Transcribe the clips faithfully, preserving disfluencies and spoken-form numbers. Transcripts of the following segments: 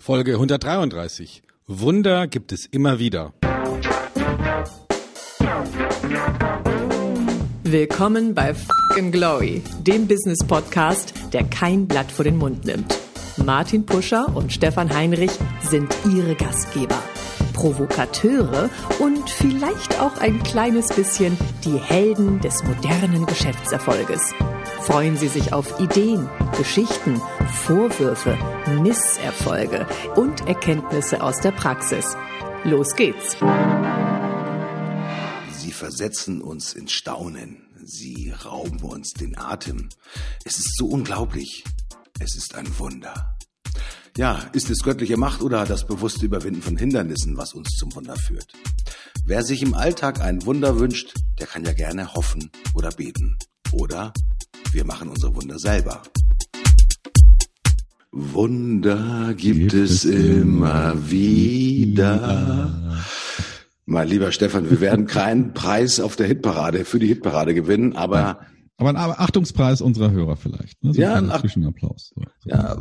Folge hundertdreiunddreißig. Wunder gibt es immer wieder. Willkommen bei Fucking Glory, dem Business-Podcast, der kein Blatt vor den Mund nimmt. Martin Puscher und Stefan Heinrich sind ihre Gastgeber. Provokateure und vielleicht auch ein kleines bisschen die Helden des modernen Geschäftserfolges. Freuen Sie sich auf Ideen, Geschichten, Vorwürfe, Misserfolge und Erkenntnisse aus der Praxis. Los geht's! Sie versetzen uns in Staunen. Sie rauben uns den Atem. Es ist so unglaublich. Es ist ein Wunder. Ja, ist es göttliche Macht oder das bewusste Überwinden von Hindernissen, was uns zum Wunder führt? Wer sich im Alltag ein Wunder wünscht, der kann ja gerne hoffen oder beten. Oder wir machen unsere Wunder selber. Wunder gibt, gibt es immer wieder. Mein lieber Stefan, wir werden keinen Preis auf der Hitparade, für die Hitparade gewinnen, aber... Aber ein Achtungspreis unserer Hörer vielleicht. Ne? So ja, ein Zwischenapplaus. So. Ja,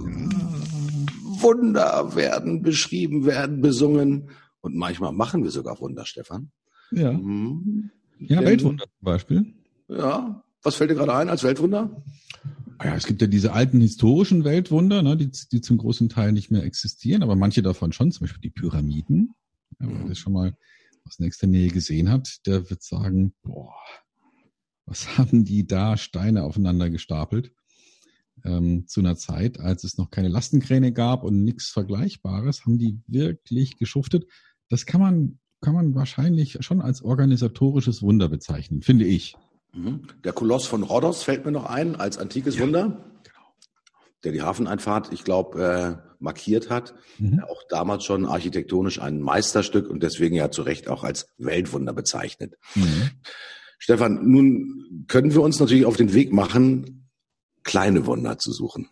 Wunder werden beschrieben, werden besungen und manchmal machen wir sogar Wunder, Stefan. Ja, mhm. ja Denn, Weltwunder zum Beispiel. Ja, was fällt dir gerade ein als Weltwunder? Ja, es gibt ja diese alten historischen Weltwunder, ne, die, die zum großen Teil nicht mehr existieren, aber manche davon schon, zum Beispiel die Pyramiden. Ja, wer das schon mal aus nächster Nähe gesehen hat, der wird sagen, boah, was haben die da Steine aufeinander gestapelt? Ähm, zu einer Zeit, als es noch keine Lastenkräne gab und nichts Vergleichbares, haben die wirklich geschuftet. Das kann man, kann man wahrscheinlich schon als organisatorisches Wunder bezeichnen, finde ich. Der Koloss von Rhodos fällt mir noch ein, als antikes ja, Wunder, genau. Der die Hafeneinfahrt, ich glaube, äh, markiert hat. Mhm. Auch damals schon architektonisch ein Meisterstück und deswegen ja zu Recht auch als Weltwunder bezeichnet. Mhm. Stefan, nun können wir uns natürlich auf den Weg machen, kleine Wunder zu suchen.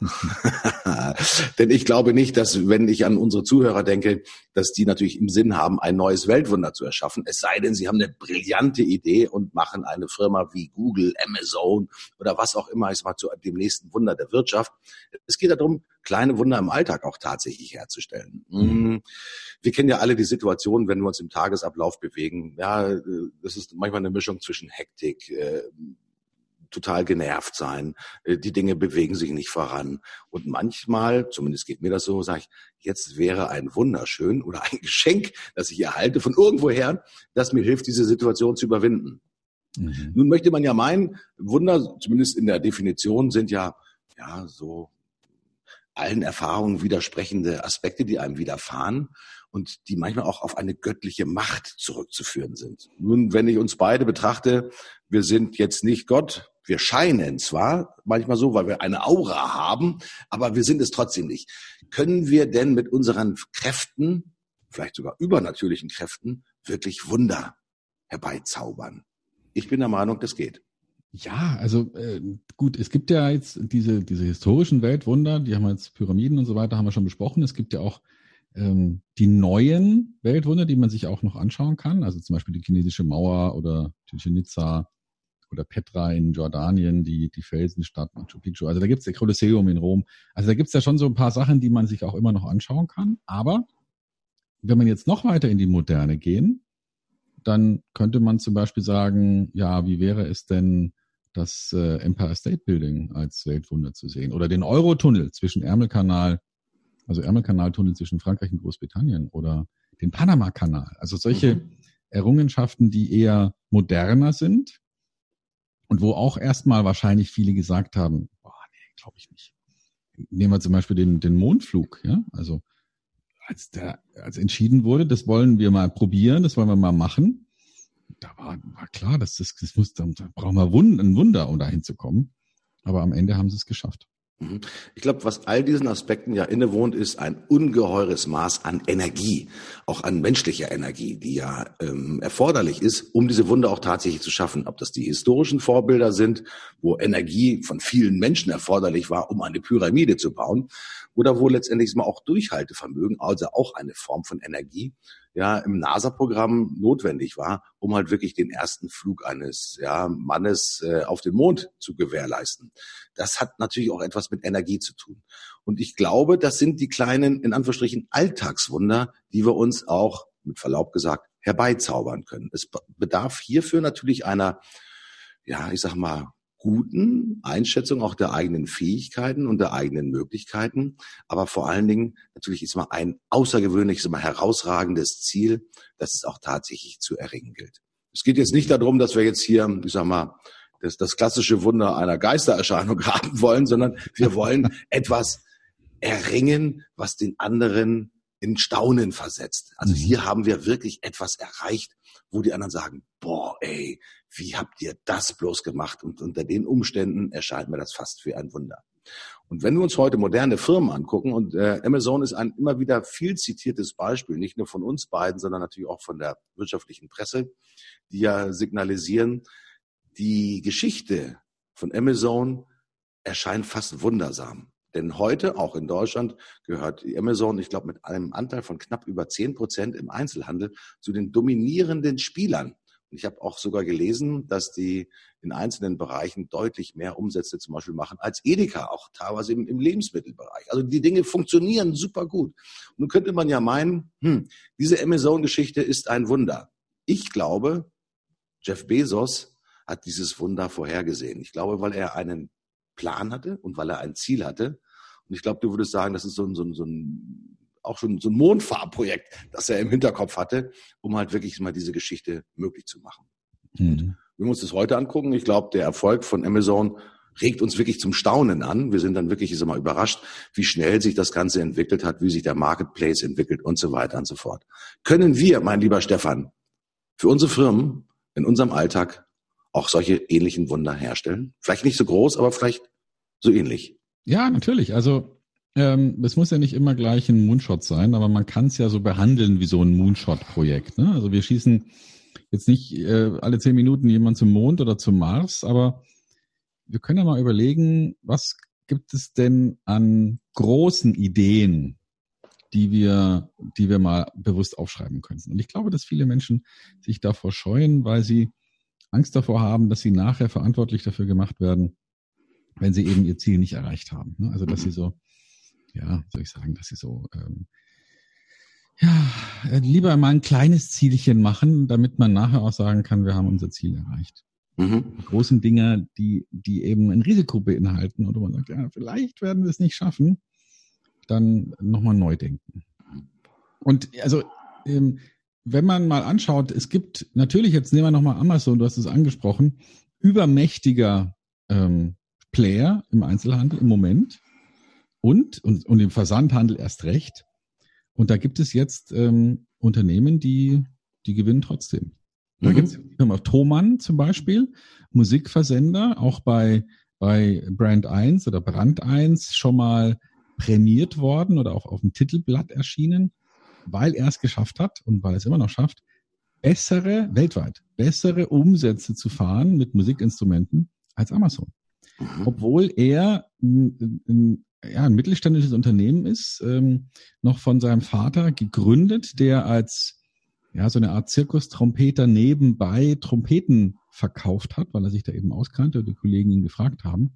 Denn ich glaube nicht, dass, wenn ich an unsere Zuhörer denke, dass die natürlich im Sinn haben, ein neues Weltwunder zu erschaffen. Es sei denn, sie haben eine brillante Idee und machen eine Firma wie Google, Amazon oder was auch immer, ich mal zu dem nächsten Wunder der Wirtschaft. Es geht darum, kleine Wunder im Alltag auch tatsächlich herzustellen. Mhm. Wir kennen ja alle die Situation, wenn wir uns im Tagesablauf bewegen. Ja, das ist manchmal eine Mischung zwischen Hektik, äh, total genervt sein, die Dinge bewegen sich nicht voran. Und manchmal, zumindest geht mir das so, sage ich, jetzt wäre ein Wunderschön oder ein Geschenk, das ich erhalte von irgendwoher, das mir hilft, diese Situation zu überwinden. Mhm. Nun möchte man ja meinen, Wunder, zumindest in der Definition, sind ja, ja so allen Erfahrungen widersprechende Aspekte, die einem widerfahren und die manchmal auch auf eine göttliche Macht zurückzuführen sind. Nun, wenn ich uns beide betrachte, wir sind jetzt nicht Gott, wir scheinen zwar manchmal so, weil wir eine Aura haben, aber wir sind es trotzdem nicht. Können wir denn mit unseren Kräften, vielleicht sogar übernatürlichen Kräften, wirklich Wunder herbeizaubern? Ich bin der Meinung, das geht. Ja, also äh, gut, es gibt ja jetzt diese diese historischen Weltwunder, die haben wir jetzt Pyramiden und so weiter, haben wir schon besprochen. Es gibt ja auch ähm, die neuen Weltwunder, die man sich auch noch anschauen kann. Also zum Beispiel die chinesische Mauer oder Chichén Itzá oder Petra in Jordanien, die die Felsenstadt Machu Picchu. Also da gibt's das Kolosseum in Rom. Also da gibt's ja schon so ein paar Sachen, die man sich auch immer noch anschauen kann. Aber wenn man jetzt noch weiter in die Moderne gehen, dann könnte man zum Beispiel sagen, ja, wie wäre es denn, das äh, Empire State Building als Weltwunder zu sehen oder den Eurotunnel zwischen Ärmelkanal, also Ärmelkanaltunnel zwischen Frankreich und Großbritannien oder den Panama-Kanal. Also solche mhm. Errungenschaften, die eher moderner sind und wo auch erstmal wahrscheinlich viele gesagt haben, boah, nee, glaube ich nicht. Nehmen wir zum Beispiel den, den Mondflug, ja, also als der, als entschieden wurde, das wollen wir mal probieren, das wollen wir mal machen. Da war, war klar, dass das, das muss, da brauchen wir ein Wunder, um da hinzukommen. Aber am Ende haben sie es geschafft. Ich glaube, was all diesen Aspekten ja innewohnt, ist ein ungeheures Maß an Energie, auch an menschlicher Energie, die ja ähm, erforderlich ist, um diese Wunder auch tatsächlich zu schaffen. Ob das die historischen Vorbilder sind, wo Energie von vielen Menschen erforderlich war, um eine Pyramide zu bauen, oder wo letztendlich mal auch Durchhaltevermögen, also auch eine Form von Energie, ja im NASA-Programm notwendig war, um halt wirklich den ersten Flug eines ja, Mannes äh, auf den Mond zu gewährleisten. Das hat natürlich auch etwas mit Energie zu tun. Und ich glaube, das sind die kleinen, in Anführungsstrichen, Alltagswunder, die wir uns auch, mit Verlaub gesagt, herbeizaubern können. Es bedarf hierfür natürlich einer, ja, ich sag mal, guten Einschätzung auch der eigenen Fähigkeiten und der eigenen Möglichkeiten, aber vor allen Dingen natürlich ist mal ein außergewöhnliches, mal herausragendes Ziel, das es auch tatsächlich zu erringen gilt. Es geht jetzt nicht darum, dass wir jetzt hier, ich sag mal, das, das klassische Wunder einer Geistererscheinung haben wollen, sondern wir wollen etwas erringen, was den anderen in Staunen versetzt. Also hier haben wir wirklich etwas erreicht, wo die anderen sagen, boah, ey, wie habt ihr das bloß gemacht? Und unter den Umständen erscheint mir das fast wie ein Wunder. Und wenn wir uns heute moderne Firmen angucken, und äh, Amazon ist ein immer wieder viel zitiertes Beispiel, nicht nur von uns beiden, sondern natürlich auch von der wirtschaftlichen Presse, die ja signalisieren, die Geschichte von Amazon erscheint fast wundersam. Denn heute, auch in Deutschland, gehört Amazon, ich glaube, mit einem Anteil von knapp über zehn Prozent im Einzelhandel zu den dominierenden Spielern. Und ich habe auch sogar gelesen, dass die in einzelnen Bereichen deutlich mehr Umsätze zum Beispiel machen als Edeka, auch teilweise im, im Lebensmittelbereich. Also die Dinge funktionieren super gut. Und nun könnte man ja meinen, hm, diese Amazon-Geschichte ist ein Wunder. Ich glaube, Jeff Bezos hat dieses Wunder vorhergesehen. Ich glaube, weil er einen Plan hatte und weil er ein Ziel hatte. Und ich glaube, du würdest sagen, das ist so ein, so ein, so ein auch schon so ein Mondfahrprojekt, das er im Hinterkopf hatte, um halt wirklich mal diese Geschichte möglich zu machen. Mhm. Und wenn wir uns das heute angucken, ich glaube, der Erfolg von Amazon regt uns wirklich zum Staunen an. Wir sind dann wirklich, ich sag mal, überrascht, wie schnell sich das Ganze entwickelt hat, wie sich der Marketplace entwickelt und so weiter und so fort. Können wir, mein lieber Stefan, für unsere Firmen in unserem Alltag auch solche ähnlichen Wunder herstellen? Vielleicht nicht so groß, aber vielleicht so ähnlich. Ja, natürlich. Also ähm, es muss ja nicht immer gleich ein Moonshot sein, aber man kann es ja so behandeln wie so ein Moonshot-Projekt. Ne? Also wir schießen jetzt nicht äh, alle zehn Minuten jemand zum Mond oder zum Mars, aber wir können ja mal überlegen, was gibt es denn an großen Ideen, die wir, die wir mal bewusst aufschreiben könnten. Und ich glaube, dass viele Menschen sich davor scheuen, weil sie Angst davor haben, dass sie nachher verantwortlich dafür gemacht werden, wenn sie eben ihr Ziel nicht erreicht haben. Also dass sie so, ja, soll ich sagen, dass sie so, ähm, ja, lieber mal ein kleines Zielchen machen, damit man nachher auch sagen kann, wir haben unser Ziel erreicht. Mhm. Die großen Dinge, die, die eben ein Risiko beinhalten und wo man sagt, ja, vielleicht werden wir es nicht schaffen, dann nochmal neu denken. Und also, ähm, wenn man mal anschaut, es gibt natürlich, jetzt nehmen wir nochmal Amazon, du hast es angesprochen, übermächtiger ähm, Player im Einzelhandel im Moment und, und, und im Versandhandel erst recht. Und da gibt es jetzt ähm, Unternehmen, die, die gewinnen trotzdem. Da mhm. gibt es die Firma Thomann zum Beispiel, Musikversender, auch bei, bei Brand eins oder Brand eins schon mal prämiert worden oder auch auf dem Titelblatt erschienen, weil er es geschafft hat und weil er es immer noch schafft, bessere, weltweit, bessere Umsätze zu fahren mit Musikinstrumenten als Amazon. Mhm. Obwohl er ein, ein, ja, ein mittelständisches Unternehmen ist, ähm, noch von seinem Vater gegründet, der als ja so eine Art Zirkustrompeter nebenbei Trompeten verkauft hat, weil er sich da eben auskannte und die Kollegen ihn gefragt haben.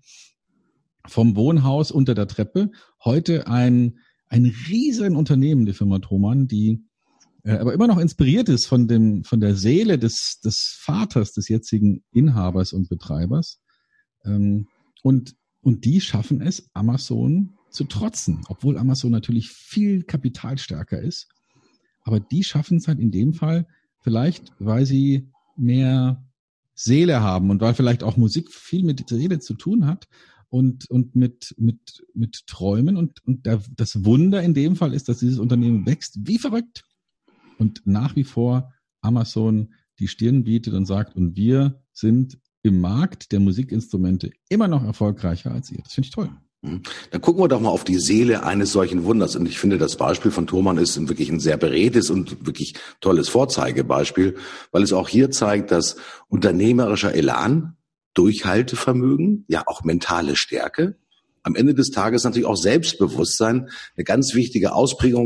Vom Wohnhaus unter der Treppe, heute ein ein riesen Unternehmen, die Firma Thomann, die äh, aber immer noch inspiriert ist von dem von der Seele des des Vaters des jetzigen Inhabers und Betreibers. Ähm, und und die schaffen es, Amazon zu trotzen, obwohl Amazon natürlich viel kapitalstärker ist. Aber die schaffen es halt in dem Fall vielleicht, weil sie mehr Seele haben und weil vielleicht auch Musik viel mit der Seele zu tun hat. Und, und mit, mit, mit Träumen. Und, und der, das Wunder in dem Fall ist, dass dieses Unternehmen wächst wie verrückt und nach wie vor Amazon die Stirn bietet und sagt, und wir sind im Markt der Musikinstrumente immer noch erfolgreicher als ihr. Das finde ich toll. Dann gucken wir doch mal auf die Seele eines solchen Wunders. Und ich finde, das Beispiel von Thomann ist wirklich ein sehr beredtes und wirklich tolles Vorzeigebeispiel, weil es auch hier zeigt, dass unternehmerischer Elan, Durchhaltevermögen, ja auch mentale Stärke, am Ende des Tages natürlich auch Selbstbewusstsein, eine ganz wichtige Ausprägung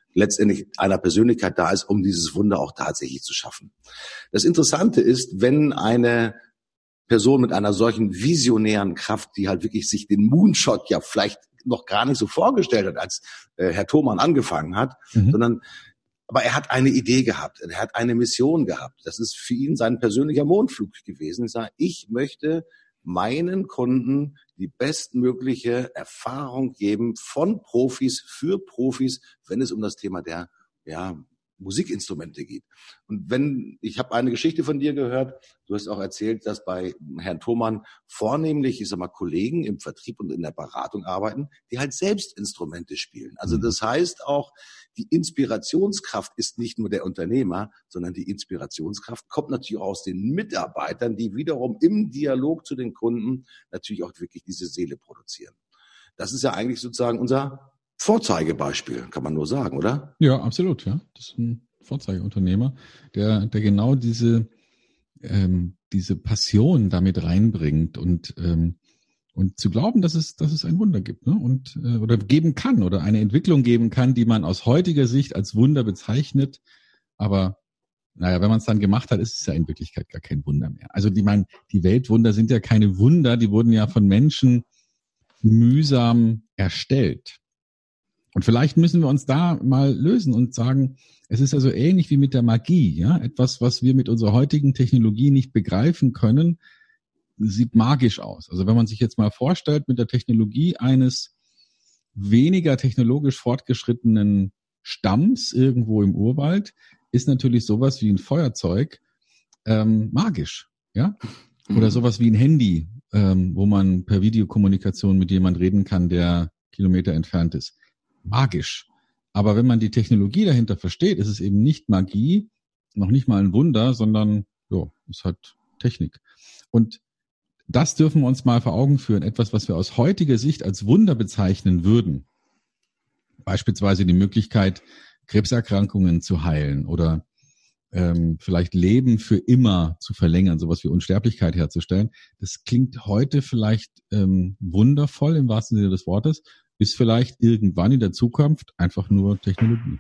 letztendlich einer Persönlichkeit da ist, um dieses Wunder auch tatsächlich zu schaffen. Das Interessante ist, wenn eine Person mit einer solchen visionären Kraft, die halt wirklich sich den Moonshot ja vielleicht noch gar nicht so vorgestellt hat, als äh, Herr Thomann angefangen hat, mhm. sondern aber er hat eine Idee gehabt, er hat eine Mission gehabt. Das ist für ihn sein persönlicher Mondflug gewesen. Ich sage, ich möchte meinen Kunden die bestmögliche Erfahrung geben von Profis für Profis, wenn es um das Thema der ja, Musikinstrumente geht. Und wenn, ich habe eine Geschichte von dir gehört, du hast auch erzählt, dass bei Herrn Thomann vornehmlich, ich sag mal, Kollegen im Vertrieb und in der Beratung arbeiten, die halt selbst Instrumente spielen. Also das heißt auch, die Inspirationskraft ist nicht nur der Unternehmer, sondern die Inspirationskraft kommt natürlich auch aus den Mitarbeitern, die wiederum im Dialog zu den Kunden natürlich auch wirklich diese Seele produzieren. Das ist ja eigentlich sozusagen unser Vorzeigebeispiel, kann man nur sagen, oder? Ja, absolut, ja. Das ist ein Vorzeigeunternehmer, der, der genau diese, ähm, diese Passion damit reinbringt und, ähm, und zu glauben, dass es, dass es ein Wunder gibt, ne? Und, äh, oder geben kann oder eine Entwicklung geben kann, die man aus heutiger Sicht als Wunder bezeichnet. Aber, naja, wenn man es dann gemacht hat, ist es ja in Wirklichkeit gar kein Wunder mehr. Also, die, mein, die Weltwunder sind ja keine Wunder, die wurden ja von Menschen mühsam erstellt. Und vielleicht müssen wir uns da mal lösen und sagen, es ist also ähnlich wie mit der Magie, ja, etwas, was wir mit unserer heutigen Technologie nicht begreifen können, sieht magisch aus. Also wenn man sich jetzt mal vorstellt, mit der Technologie eines weniger technologisch fortgeschrittenen Stamms irgendwo im Urwald, ist natürlich sowas wie ein Feuerzeug ähm, magisch, ja, oder sowas wie ein Handy, ähm, wo man per Videokommunikation mit jemand reden kann, der Kilometer entfernt ist. Magisch. Aber wenn man die Technologie dahinter versteht, ist es eben nicht Magie, noch nicht mal ein Wunder, sondern ja, ist halt Technik. Und das dürfen wir uns mal vor Augen führen. Etwas, was wir aus heutiger Sicht als Wunder bezeichnen würden. Beispielsweise die Möglichkeit, Krebserkrankungen zu heilen oder ähm, vielleicht Leben für immer zu verlängern, sowas wie Unsterblichkeit herzustellen. Das klingt heute vielleicht ähm, wundervoll im wahrsten Sinne des Wortes, ist vielleicht irgendwann in der Zukunft einfach nur Technologie.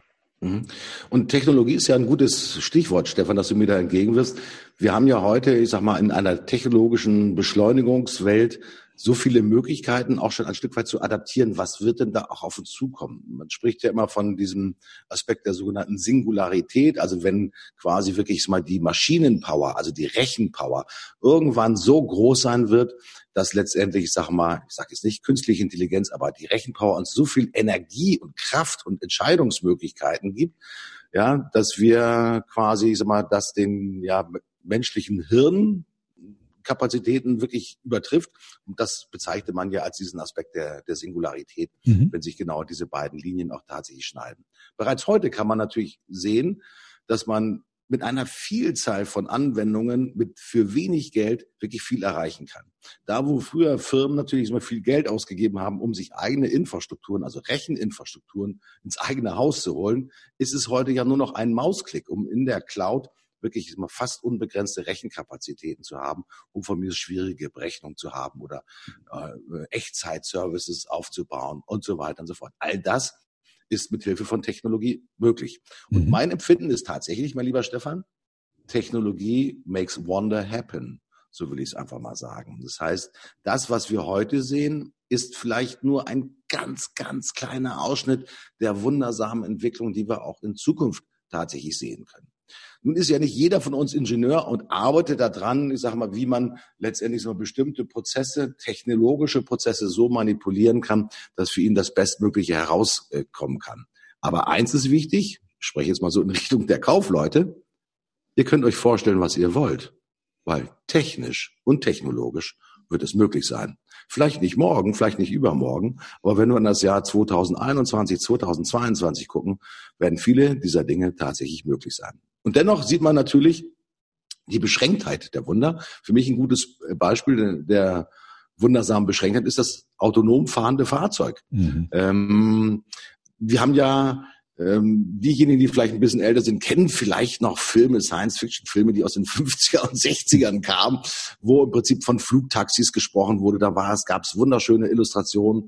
Und Technologie ist ja ein gutes Stichwort, Stefan, dass du mir da entgegenwirfst. Wir haben ja heute, ich sag mal, in einer technologischen Beschleunigungswelt so viele Möglichkeiten, auch schon ein Stück weit zu adaptieren. Was wird denn da auch auf uns zukommen? Man spricht ja immer von diesem Aspekt der sogenannten Singularität, also wenn quasi wirklich mal die Maschinenpower, also die Rechenpower irgendwann so groß sein wird, dass letztendlich, ich sag mal, ich sage jetzt nicht künstliche Intelligenz, aber die Rechenpower uns so viel Energie und Kraft und Entscheidungsmöglichkeiten gibt, ja, dass wir quasi, ich sag mal, dass den ja menschlichen Hirn Kapazitäten wirklich übertrifft. Und das bezeichnet man ja als diesen Aspekt der, der Singularität, mhm. wenn sich genau diese beiden Linien auch tatsächlich schneiden. Bereits heute kann man natürlich sehen, dass man mit einer Vielzahl von Anwendungen mit für wenig Geld wirklich viel erreichen kann. Da, wo früher Firmen natürlich immer viel Geld ausgegeben haben, um sich eigene Infrastrukturen, also Recheninfrastrukturen ins eigene Haus zu holen, ist es heute ja nur noch ein Mausklick, um in der Cloud wirklich immer fast unbegrenzte Rechenkapazitäten zu haben, um von mir schwierige Berechnungen zu haben oder äh, Echtzeitservices aufzubauen und so weiter und so fort. All das ist mit Hilfe von Technologie möglich. Und mhm. mein Empfinden ist tatsächlich, mein lieber Stefan, Technologie makes wonder happen. So will ich es einfach mal sagen. Das heißt, das, was wir heute sehen, ist vielleicht nur ein ganz, ganz kleiner Ausschnitt der wundersamen Entwicklung, die wir auch in Zukunft tatsächlich sehen können. Nun ist ja nicht jeder von uns Ingenieur und arbeitet daran, ich sage mal, wie man letztendlich so bestimmte Prozesse, technologische Prozesse so manipulieren kann, dass für ihn das Bestmögliche herauskommen kann. Aber eins ist wichtig, ich spreche jetzt mal so in Richtung der Kaufleute, ihr könnt euch vorstellen, was ihr wollt, weil technisch und technologisch wird es möglich sein. Vielleicht nicht morgen, vielleicht nicht übermorgen, aber wenn wir in das Jahr zweitausendeinundzwanzig, zweitausendzweiundzwanzig gucken, werden viele dieser Dinge tatsächlich möglich sein. Und dennoch sieht man natürlich die Beschränktheit der Wunder. Für mich ein gutes Beispiel der wundersamen Beschränktheit ist das autonom fahrende Fahrzeug. Mhm. Ähm, wir haben ja ähm, diejenigen, die vielleicht ein bisschen älter sind, kennen vielleicht noch Filme, Science-Fiction-Filme, die aus den fünfziger und sechzigern kamen, wo im Prinzip von Flugtaxis gesprochen wurde. Da war es, gab es wunderschöne Illustrationen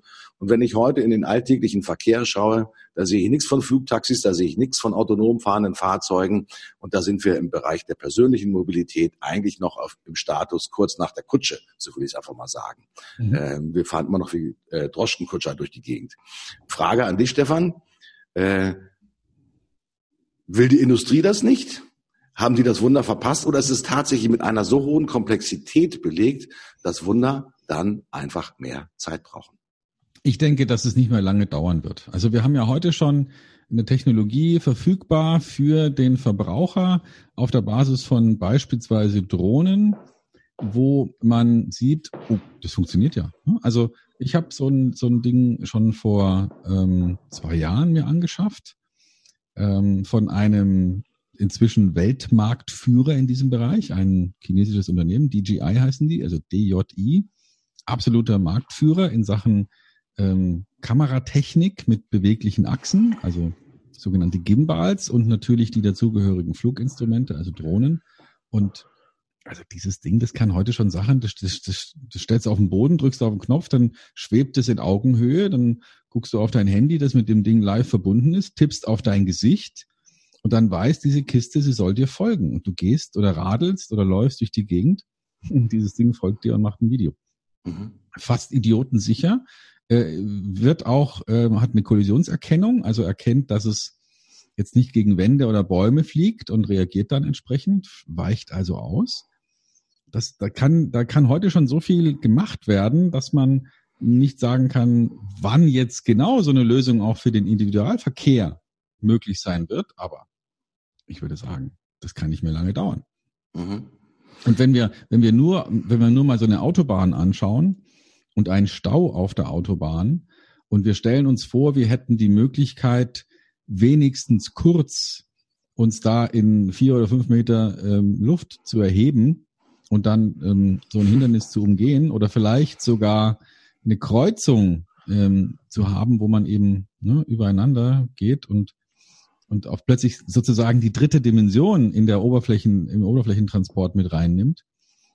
Und wenn ich heute in den alltäglichen Verkehr schaue, da sehe ich nichts von Flugtaxis, da sehe ich nichts von autonom fahrenden Fahrzeugen. Und da sind wir im Bereich der persönlichen Mobilität eigentlich noch auf, im Status kurz nach der Kutsche, so will ich es einfach mal sagen. Mhm. Ähm, wir fahren immer noch wie äh, Droschkenkutscher durch die Gegend. Frage an dich, Stefan. Äh, will die Industrie das nicht? Haben die das Wunder verpasst oder ist es tatsächlich mit einer so hohen Komplexität belegt, dass Wunder dann einfach mehr Zeit brauchen? Ich denke, dass es nicht mehr lange dauern wird. Also wir haben ja heute schon eine Technologie verfügbar für den Verbraucher auf der Basis von beispielsweise Drohnen, wo man sieht, oh, das funktioniert ja. Also ich habe so ein, so ein Ding schon vor ähm, zwei Jahren mir angeschafft ähm, von einem inzwischen Weltmarktführer in diesem Bereich, ein chinesisches Unternehmen, D J I heißen die, also D J I, absoluter Marktführer in Sachen ähm, Kameratechnik mit beweglichen Achsen, also sogenannte Gimbals und natürlich die dazugehörigen Fluginstrumente, also Drohnen. Und also dieses Ding, das kann heute schon Sachen, das, das, das, das stellst du auf den Boden, drückst auf den Knopf, dann schwebt es in Augenhöhe, dann guckst du auf dein Handy, das mit dem Ding live verbunden ist, tippst auf dein Gesicht und dann weiß diese Kiste, sie soll dir folgen. Und du gehst oder radelst oder läufst durch die Gegend und dieses Ding folgt dir und macht ein Video. Mhm. Fast idiotensicher. Äh, wird auch, äh, hat eine Kollisionserkennung, also erkennt, dass es jetzt nicht gegen Wände oder Bäume fliegt und reagiert dann entsprechend, weicht also aus. Das, da kann, da kann heute schon so viel gemacht werden, dass man nicht sagen kann, wann jetzt genau so eine Lösung auch für den Individualverkehr möglich sein wird, aber ich würde sagen, das kann nicht mehr lange dauern. Mhm. Und wenn wir, wenn wir nur, wenn wir nur mal so eine Autobahn anschauen und einen Stau auf der Autobahn und wir stellen uns vor, wir hätten die Möglichkeit, wenigstens kurz uns da in vier oder fünf Meter ähm, Luft zu erheben und dann ähm, so ein Hindernis zu umgehen oder vielleicht sogar eine Kreuzung ähm, zu haben, wo man eben ne, übereinander geht und und auch plötzlich sozusagen die dritte Dimension in der Oberflächen, im Oberflächentransport mit reinnimmt,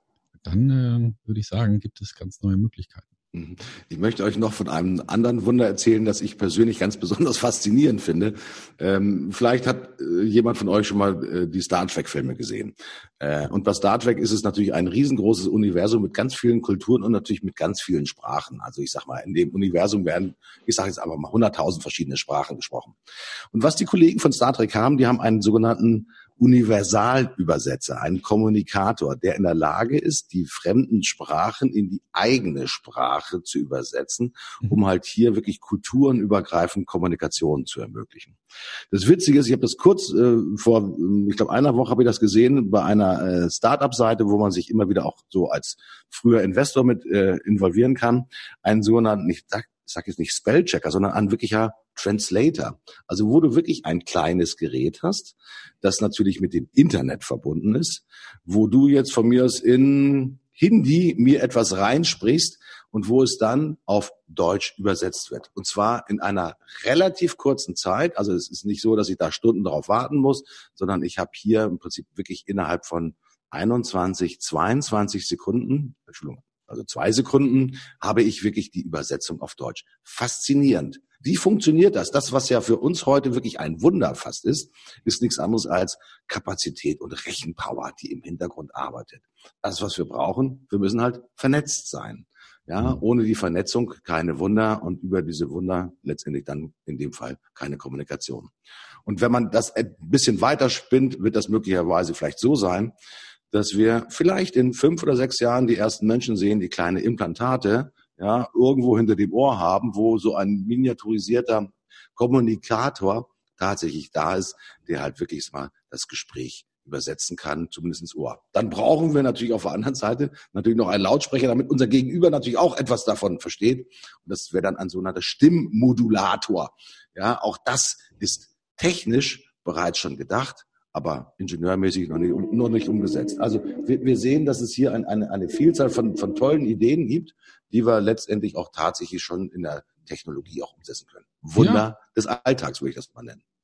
dann äh, würde ich sagen, gibt es ganz neue Möglichkeiten. Ich möchte euch noch von einem anderen Wunder erzählen, das ich persönlich ganz besonders faszinierend finde. Ähm, vielleicht hat äh, jemand von euch schon mal äh, die Star Trek-Filme gesehen. Äh, und bei Star Trek ist es natürlich ein riesengroßes Universum mit ganz vielen Kulturen und natürlich mit ganz vielen Sprachen. Also ich sag mal, in dem Universum werden, ich sage jetzt einfach mal, hunderttausend verschiedene Sprachen gesprochen. Und was die Kollegen von Star Trek haben, die haben einen sogenannten Universalübersetzer, einen Kommunikator, der in der Lage ist, die fremden Sprachen in die eigene Sprache zu übersetzen, um halt hier wirklich kulturenübergreifend Kommunikation zu ermöglichen. Das Witzige ist, ich habe das kurz äh, vor, ich glaube, einer Woche habe ich das gesehen bei einer äh, Start-up-Seite, wo man sich immer wieder auch so als früher Investor mit äh, involvieren kann, einen sogenannten, ich sag, ich sag jetzt nicht Spellchecker, sondern ein wirklicher Translator. Also wo du wirklich ein kleines Gerät hast, das natürlich mit dem Internet verbunden ist, wo du jetzt von mir aus in Hindi mir etwas reinsprichst und wo es dann auf Deutsch übersetzt wird. Und zwar in einer relativ kurzen Zeit. Also es ist nicht so, dass ich da Stunden darauf warten muss, sondern ich habe hier im Prinzip wirklich innerhalb von einundzwanzig, zweiundzwanzig Sekunden, Entschuldigung, also zwei Sekunden, habe ich wirklich die Übersetzung auf Deutsch. Faszinierend. Wie funktioniert das? Das, was ja für uns heute wirklich ein Wunder fast ist, ist nichts anderes als Kapazität und Rechenpower, die im Hintergrund arbeitet. Das, was wir brauchen, wir müssen halt vernetzt sein. Ja, ohne die Vernetzung keine Wunder und über diese Wunder letztendlich dann in dem Fall keine Kommunikation. Und wenn man das ein bisschen weiter spinnt, wird das möglicherweise vielleicht so sein, dass wir vielleicht in fünf oder sechs Jahren die ersten Menschen sehen, die kleine Implantate ja irgendwo hinter dem Ohr haben, wo so ein miniaturisierter Kommunikator tatsächlich da ist, der halt wirklich mal das Gespräch übersetzen kann, zumindest ins Ohr. Dann brauchen wir natürlich auf der anderen Seite natürlich noch einen Lautsprecher, damit unser Gegenüber natürlich auch etwas davon versteht. Und das wäre dann ein sogenannter Stimmmodulator. Ja, auch das ist technisch bereits schon gedacht, aber ingenieurmäßig noch nicht, noch nicht umgesetzt. Also wir, wir sehen, dass es hier ein, eine, eine Vielzahl von, von tollen Ideen gibt, die wir letztendlich auch tatsächlich schon in der Technologie auch umsetzen können. Wunder ja. des Alltags, würde ich das mal nennen.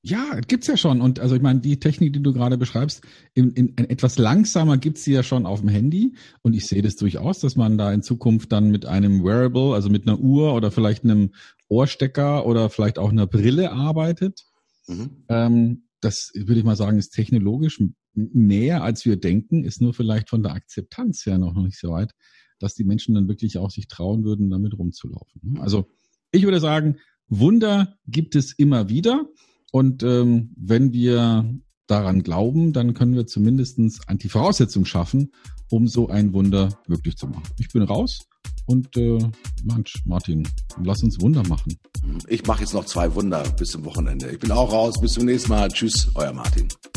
Ja, gibt's ja schon. Und also ich meine, die Technik, die du gerade beschreibst, in, in, in etwas langsamer gibt's sie ja schon auf dem Handy. Und ich sehe das durchaus, dass man da in Zukunft dann mit einem Wearable, also mit einer Uhr oder vielleicht einem Ohrstecker oder vielleicht auch einer Brille arbeitet. Mhm. Ähm, das würde ich mal sagen, ist technologisch näher, als wir denken, ist nur vielleicht von der Akzeptanz her noch nicht so weit, dass die Menschen dann wirklich auch sich trauen würden, damit rumzulaufen. Also ich würde sagen, Wunder gibt es immer wieder. Und ähm, wenn wir daran glauben, dann können wir zumindest die Voraussetzung schaffen, um so ein Wunder möglich zu machen. Ich bin raus und äh, Mensch, Martin, lass uns Wunder machen. Ich mache jetzt noch zwei Wunder bis zum Wochenende. Ich bin auch raus. Bis zum nächsten Mal. Tschüss, euer Martin.